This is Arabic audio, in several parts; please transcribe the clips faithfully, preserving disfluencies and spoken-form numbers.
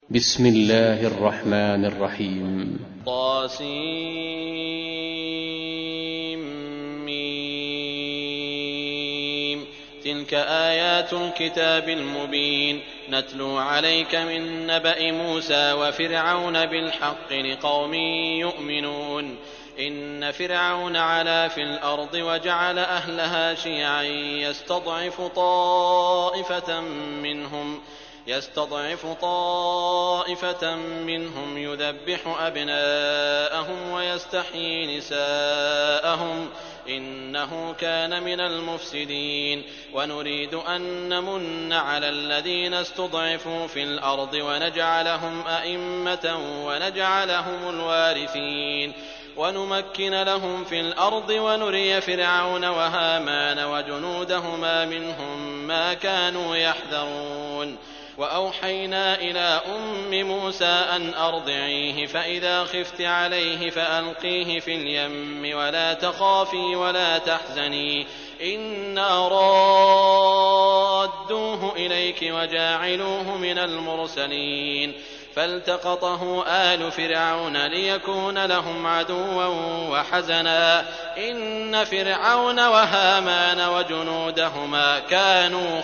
بسم الله الرحمن الرحيم. طاسيم. تلك آيات الكتاب المبين نتلو عليك من نبأ موسى وفرعون بالحق لقوم يؤمنون. إن فرعون علا في الأرض وجعل أهلها شيعا يستضعف طائفة منهم يستضعف طائفة منهم يذبح أبناءهم ويستحيي نساءهم إنه كان من المفسدين. ونريد أن نمن على الذين استضعفوا في الأرض ونجعلهم أئمة ونجعلهم الوارثين ونمكن لهم في الأرض ونري فرعون وهامان وجنودهما منهم ما كانوا يحذرون. وأوحينا إلى أم موسى أن أرضعيه فإذا خفت عليه فألقيه في اليم ولا تخافي ولا تحزني إنا رادوه إليك وجاعلوه من المرسلين. فالتقطه آل فرعون ليكون لهم عدوا وحزنا إن فرعون وهامان وجنودهما كانوا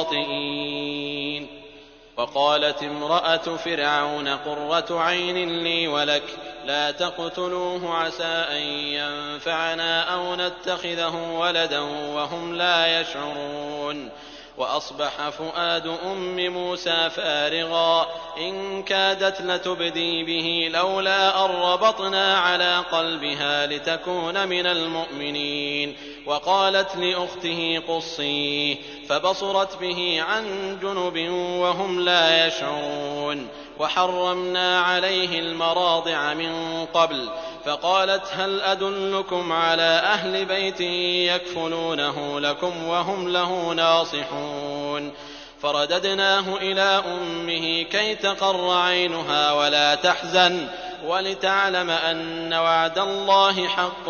خاطئين. وقالت امرأة فرعون قرة عين لي ولك لا تقتلوه عسى أن ينفعنا أو نتخذه ولدا وهم لا يشعرون. وأصبح فؤاد أم موسى فارغا إن كادت لتبدي به لولا أن ربطنا على قلبها لتكون من المؤمنين. وقالت لأخته قصيه فبصرت به عن جنب وهم لا يشعرون. وحرمنا عليه المراضع من قبل فقالت هل أدلكم على أهل بيت يكفلونه لكم وهم له ناصحون. فرددناه إلى أمه كي تقر عينها ولا تحزن ولتعلم أن وعد الله حق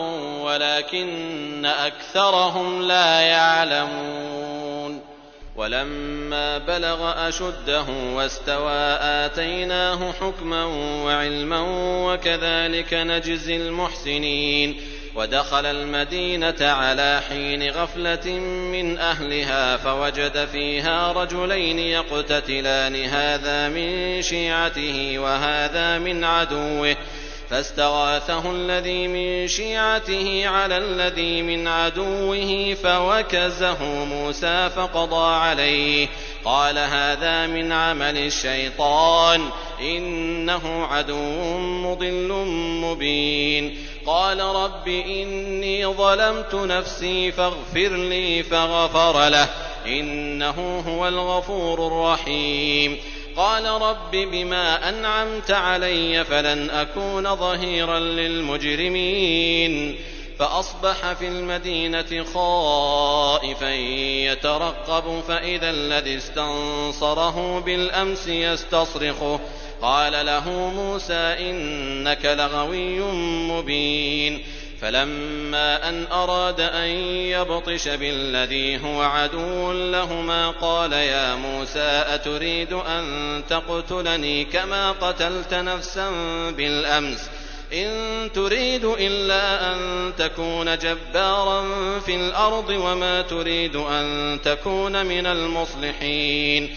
ولكن أكثرهم لا يعلمون. ولما بلغ أشده واستوى آتيناه حكما وعلما وكذلك نجزي المحسنين. ودخل المدينة على حين غفلة من أهلها فوجد فيها رجلين يقتتلان هذا من شيعته وهذا من عدوه فاستغاثه الذي من شيعته على الذي من عدوه فوكزه موسى فقضى عليه قال هذا من عمل الشيطان إنه عدو مضل مبين. قال رب إني ظلمت نفسي فاغفر لي فغفر له إنه هو الغفور الرحيم. قال رب بما أنعمت علي فلن أكون ظهيرا للمجرمين. فأصبح في المدينة خائفا يترقب فإذا الذي استنصره بالأمس يستصرخه قال له موسى إنك لغوي مبين. فلما أن أراد أن يبطش بالذي هو عدو لهما قال يا موسى أتريد أن تقتلني كما قتلت نفسا بالأمس إن تريد إلا أن تكون جبارا في الأرض وما تريد أن تكون من المصلحين.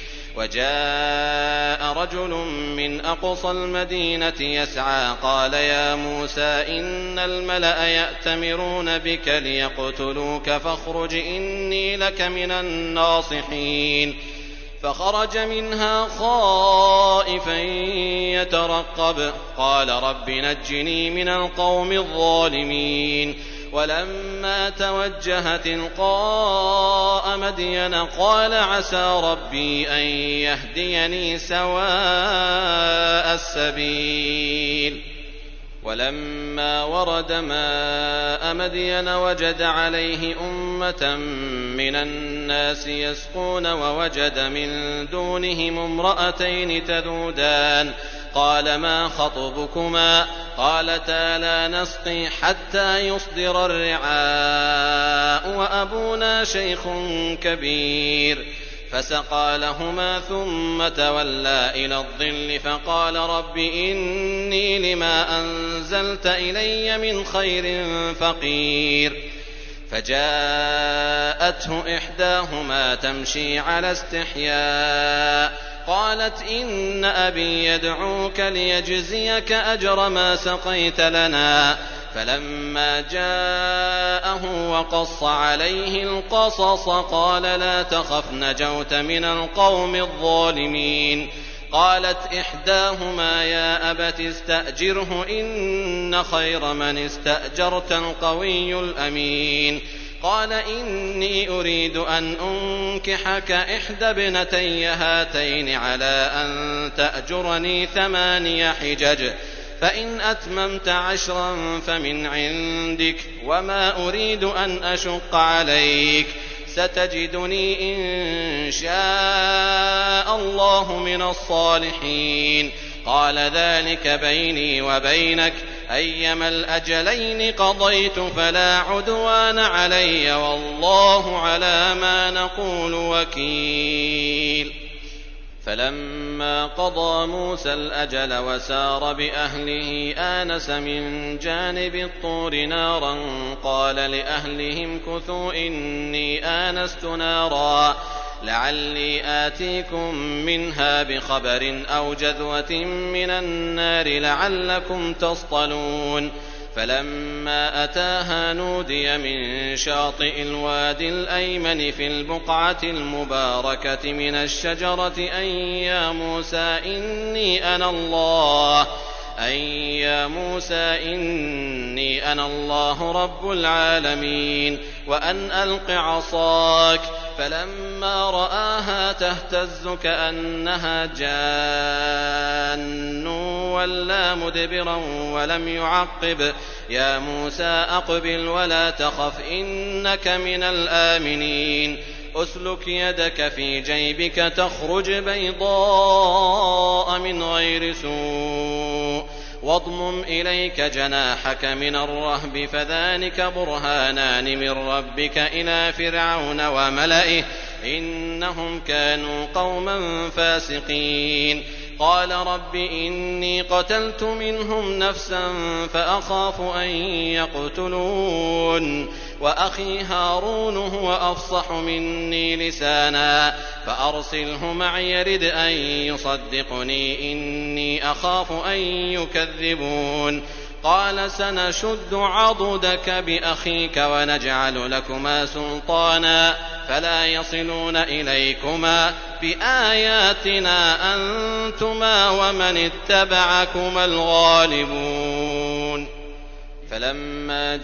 وجاء رجل من أقصى المدينة يسعى قال يا موسى إن الملأ يأتمرون بك ليقتلوك فاخرج إني لك من الناصحين. فخرج منها خائفا يترقب قال رب نجني من القوم الظالمين. ولما توجه تلقاء مدين قال عسى ربي أن يهديني سواء السبيل. ولما ورد ماء مدين وجد عليه أمة من الناس يسقون ووجد من دونهم امرأتين تذودان قال ما خطبكما قالتا لا نسقي حتى يصدر الرعاء وأبونا شيخ كبير. فسقى لهما ثم تولى إلى الظل فقال رب إني لما أنزلت إلي من خير فقير. فجاءته إحداهما تمشي على استحياء قالت إن أبي يدعوك ليجزيك أجر ما سقيت لنا. فلما جاءه وقص عليه القصص قال لا تخف نجوت من القوم الظالمين. قالت إحداهما يا أبت استأجره إن خير من استأجرت القوي الأمين. قال إني أريد أن أنكحك إحدى ابنتي هاتين على أن تأجرني ثماني حجج فإن أتممت عشرا فمن عندك وما أريد أن أشق عليك ستجدني إن شاء الله من الصالحين. قال ذلك بيني وبينك أيما الأجلين قضيت فلا عدوان علي والله على ما نقول وكيل. فلما قضى موسى الأجل وسار بأهله آنس من جانب الطور نارا قال لأهلهم كثوا إني آنست نارا لعلي آتيكم منها بخبر أو جذوة من النار لعلكم تصطلون. فلما أتاها نودي من شاطئ الوادي الأيمن في البقعة المباركة من الشجرة أن يا موسى إني أنا الله أن يا موسى إني أنا الله رب العالمين وأن ألق عصاك. فلما رآها تهتز كأنها جان ولا مدبرا ولم يعقب يا موسى أقبل ولا تخف إنك من الآمنين. أسلك يدك في جيبك تخرج بيضاء من غير سوء واضمم إليك جناحك من الرهب فذلك برهانان من ربك إلى فرعون وملئه إنهم كانوا قوما فاسقين. قال رب إني قتلت منهم نفسا فأخاف أن يقتلون وأخي هارون هو أفصح مني لسانا فأرسله معي يرد أن يصدقني إني أخاف أن يكذبون. قال سنشد عضدك بأخيك ونجعل لكما سلطانا فلا يصلون إليكما بآياتنا أنتما ومن اتبعكما الغالبون. فلما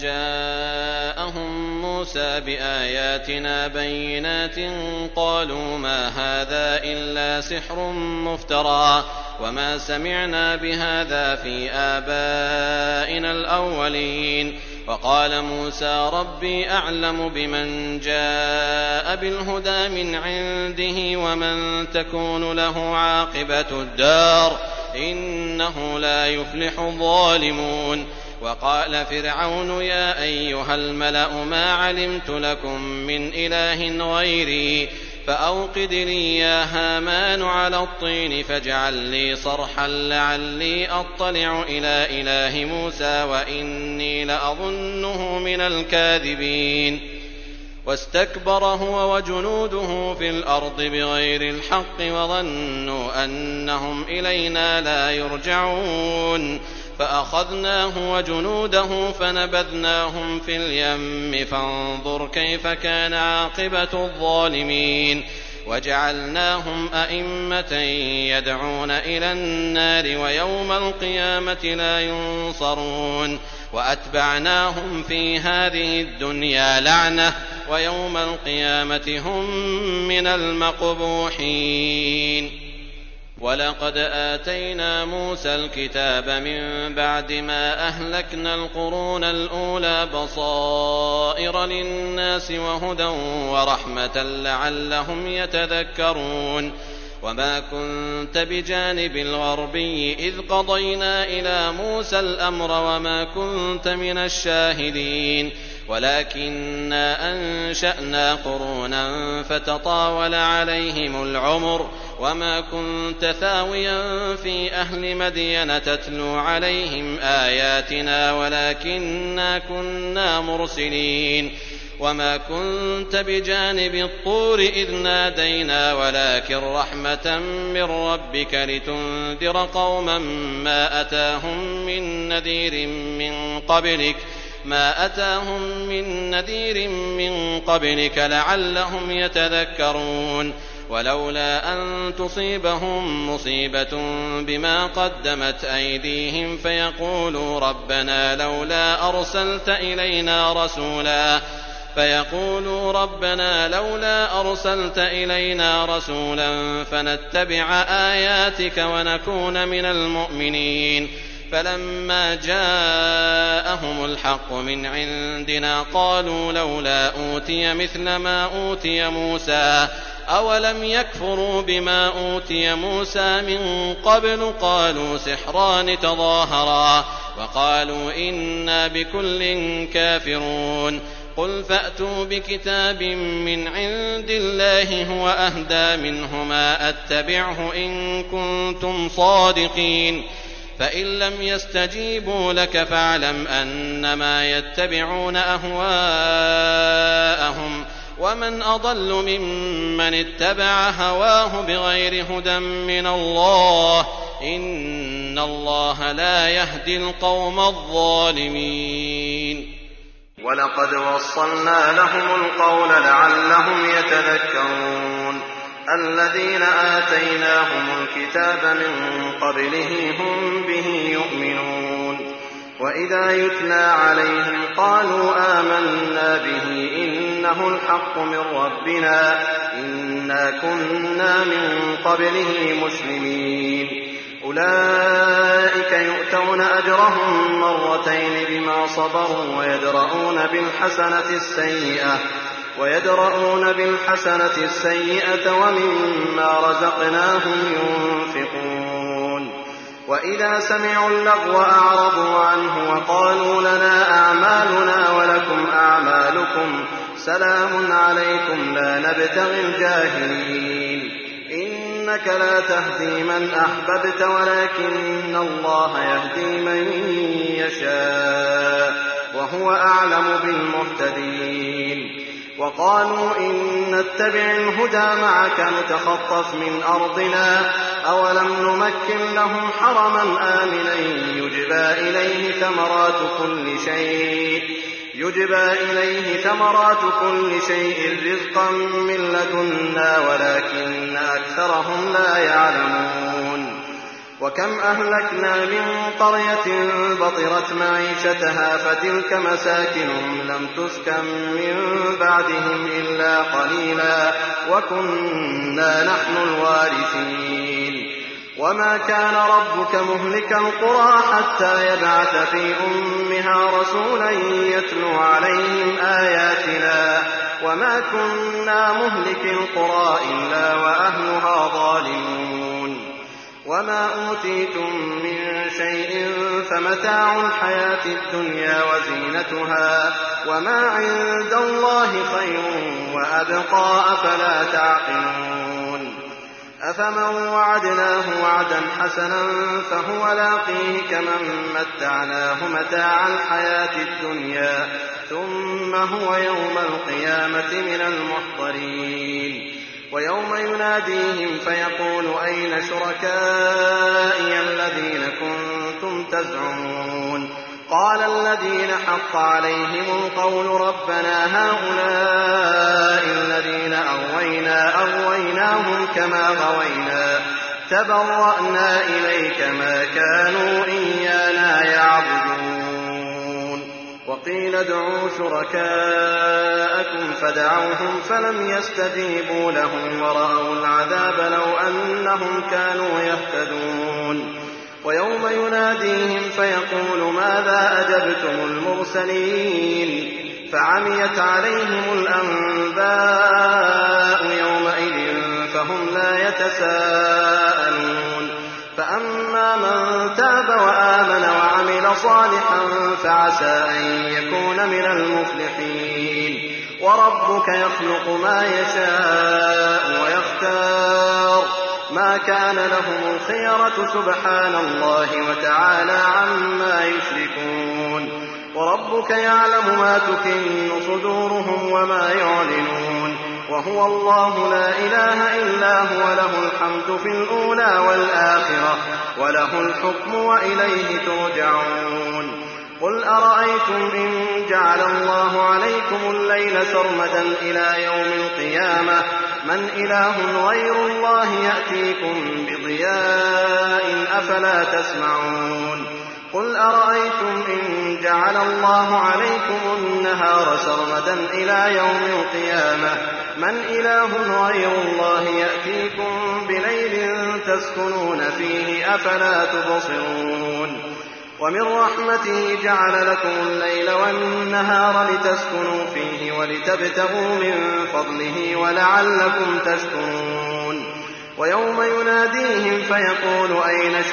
جاءهم موسى بآياتنا بينات قالوا ما هذا إلا سحر مفترى وما سمعنا بهذا في آبائنا الأولين. وقال موسى ربي أعلم بمن جاء بالهدى من عنده ومن تكون له عاقبة الدار إنه لا يفلح الظالمون. وقال فرعون يا أيها الملأ ما علمت لكم من إله غيري فأوقد لي يا هامان على الطين فاجعل لي صرحا لعلي أطلع إلى إله موسى وإني لأظنه من الكاذبين. واستكبر هو وجنوده في الأرض بغير الحق وظنوا أنهم إلينا لا يرجعون فأخذناه وجنوده فنبذناهم في اليم فانظر كيف كان عاقبة الظالمين. وجعلناهم أئمة يدعون إلى النار ويوم القيامة لا ينصرون. وأتبعناهم في هذه الدنيا لعنة ويوم القيامة هم من المقبوحين. ولقد آتينا موسى الكتاب من بعد ما أهلكنا القرون الأولى بصائر للناس وهدى ورحمة لعلهم يتذكرون. وما كنت بجانب الغربي إذ قضينا إلى موسى الأمر وما كنت من الشاهدين. ولكننا أنشأنا قرونا فتطاول عليهم العمر وما كنت ثاويا في أهل مدين تتلو عليهم آياتنا ولكننا كنا مرسلين وما كنت بجانب الطور إذ نادينا ولكن رحمة من ربك لتنذر قوما ما أتاهم من نذير من قبلك ما أتاهم من نذير من قبلك لعلهم يتذكرون ولولا أن تصيبهم مصيبة بما قدمت أيديهم فيقولوا ربنا لولا أرسلت إلينا رسولا فيقولوا ربنا لولا أرسلت إلينا رسولا فنتبع آياتك ونكون من المؤمنين فلما جاءهم الحق من عندنا قالوا لولا أوتي مثل ما أوتي موسى أولم يكفروا بما أوتي موسى من قبل قالوا سحران تظاهرا وقالوا إنا بكل كافرون قل فأتوا بكتاب من عند الله هو أهدى منهما أتبعه إن كنتم صادقين فإن لم يستجيبوا لك فاعلم أنما يتبعون أهواءهم ومن أضل ممن اتبع هواه بغير هدى من الله إن الله لا يهدي القوم الظالمين. ولقد وصلنا لهم القول لعلهم يتذكرون الذين آتيناهم الكتاب من قبله هم به يؤمنون وإذا يتلى عليهم قالوا آمنا به إنه الحق من ربنا إنا كنا من قبله مسلمين أولئك يؤتون أجرهم مرتين بما صبروا ويدرؤون بالحسنة السيئة ويدرؤون بالحسنة السيئة ومما رزقناهم ينفقون وإذا سمعوا اللغو أعرضوا عنه وقالوا لنا أعمالنا ولكم أعمالكم سلام عليكم لا نبتغي الجاهلين إنك لا تهدي من أحببت ولكن الله يهدي من يشاء وهو أعلم بالمهتدين وقالوا إن نتبع الهدى معك نتخطف من أرضنا أولم نمكن لهم حرما آمنا يجبى إليه ثمرات كل شيء يجبى إليه ثمرات كل شيء رزقا من لدنا ولكن أكثرهم لا يعلمون وكم أهلكنا من قرية بطرت معيشتها فتلك مساكنهم لم تسكن من بعدهم إلا قليلا وكنا نحن الوارثين وما كان ربك مهلك القرى حتى يبعث في أمها رسولا يتلو عليهم آياتنا وما كنا مهلك القرى إلا وأهلها ظالمون وما أوتيتم من شيء فمتاع الحياة الدنيا وزينتها وما عند الله خير وأبقى أفلا تعقلون أفمن وعدناه وعدا حسنا فهو لاقيه كمن متعناه متاع الحياة الدنيا ثم هو يوم القيامة من المحضرين ويوم يناديهم فيقول أين شركائي الذين كنتم تزعمون قال الذين حق عليهم القول ربنا هؤلاء الذين أغوينا أغويناهم كما غوينا تبرأنا إليك ما كانوا إيانا يعبدون وقيل ادعوا شركاءكم فدعوهم فلم يستجيبوا لهم ورأوا العذاب لو أنهم كانوا يهتدون ويوم يناديهم فيقول ماذا أجبتم المرسلين فعميت عليهم الأنباء يومئذ فهم لا يتساءلون فأما من تاب وآمن وعمل صالحا فعسى أن يكون من المفلحين. وربك يخلق ما يشاء ويختار ما كان لهم الخيرة سبحان الله وتعالى عما يشركون. وربك يعلم ما تكن صدورهم وما يعلنون وهو الله لا إله إلا هو له الحمد في الأولى والآخرة وله الحكم وإليه ترجعون. قل أرأيتم إن جعل الله عليكم الليل سرمدا إلى يوم القيامة من إله غير الله يأتيكم بضياء أفلا تسمعون. قل أرأيتم إن جعل الله عليكم النهار سرمدا إلى يوم القيامة من إله غير الله يأتيكم بليل تسكنون فيه أفلا تبصرون. ومن رحمته جعل لكم الليل والنهار لتسكنوا فيه ولتبتغوا من فضله ولعلكم تشكرون. ويوم يناديهم فيقول أين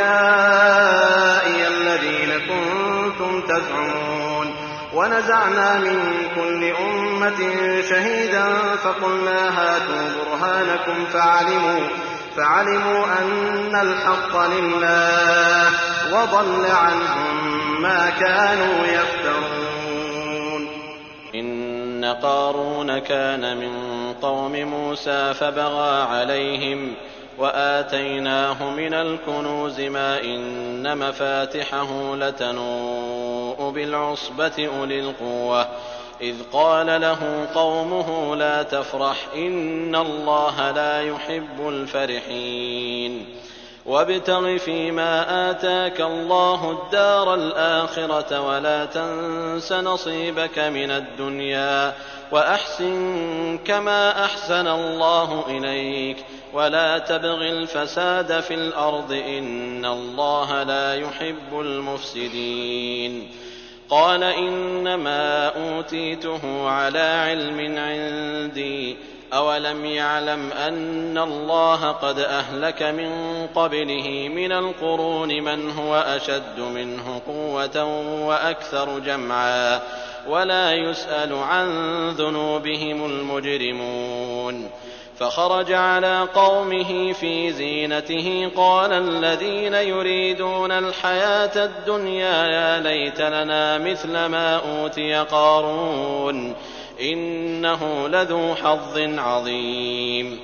شركائي الذين كنتم تزعمون ونزعنا من كل أمة شهيدا فقلنا هاتوا برهانكم فعلموا فعلموا أن الحق لله وضل عنهم ما كانوا يفترون. إن قارون كان من قوم موسى فبغى عليهم وآتيناه من الكنوز ما إن مفاتحه لتنوء بالعصبة أولي القوة إذ قال له قومه لا تفرح إن الله لا يحب الفرحين. وابتغ فيما آتاك الله الدار الآخرة ولا تنس نصيبك من الدنيا وأحسن كما أحسن الله إليك ولا تبغ الفساد في الأرض إن الله لا يحب المفسدين. قال إنما أوتيته على علم عندي أولم يعلم أن الله قد أهلك من قبله من القرون من هو أشد منه قوة وأكثر جمعا ولا يسأل عن ذنوبهم المجرمون. فخرج على قومه في زينته قال الذين يريدون الحياة الدنيا يا ليت لنا مثل ما أوتي قارون إنه لذو حظ عظيم.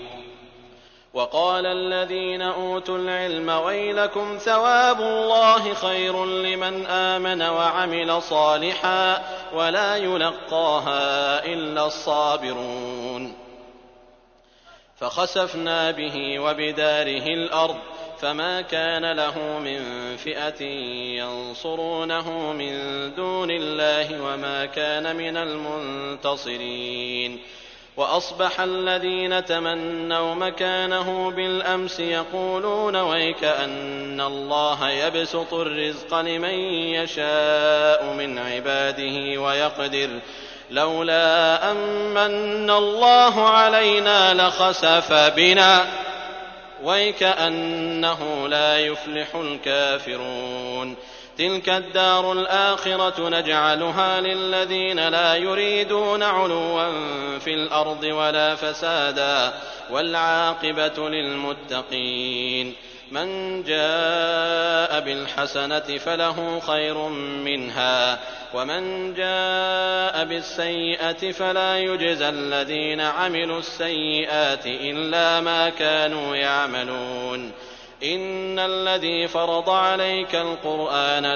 وقال الذين أوتوا العلم ويلكم ثواب الله خير لمن آمن وعمل صالحا ولا يلقاها إلا الصابرون. فخسفنا به وبداره الأرض فما كان له من فئة ينصرونه من دون الله وما كان من المنتصرين. وأصبح الذين تمنوا مكانه بالأمس يقولون ويك أن الله يبسط الرزق لمن يشاء من عباده ويقدر لولا أمن الله علينا لخسف بنا ويكأنه لا يفلح الكافرون. تلك الدار الآخرة نجعلها للذين لا يريدون علوا في الأرض ولا فسادا والعاقبة للمتقين. من جاء بالحسنة فله خير منها ومن جاء بالسيئة فلا يجزى الذين عملوا السيئات إلا ما كانوا يعملون. إن الذي فرض عليك القرآن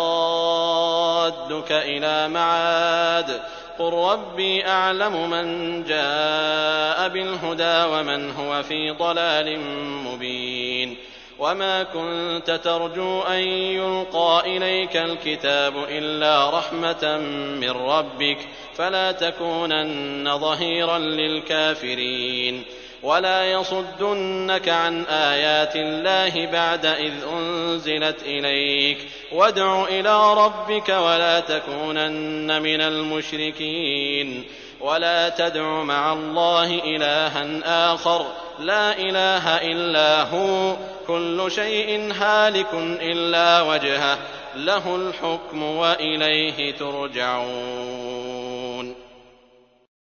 لرادك إلى معاد قل ربي أعلم من جاء بالهدى ومن هو في ضلال مبين. وما كنت ترجو أن يلقى إليك الكتاب إلا رحمة من ربك فلا تكونن ظهيرا للكافرين. ولا يصدنك عن آيات الله بعد إذ أنزلت إليك وادع إلى ربك ولا تكونن من المشركين. ولا تدع مع الله إلها آخر لا إله إلا هو كل شيء هالك إلا وجهه له الحكم وإليه ترجعون.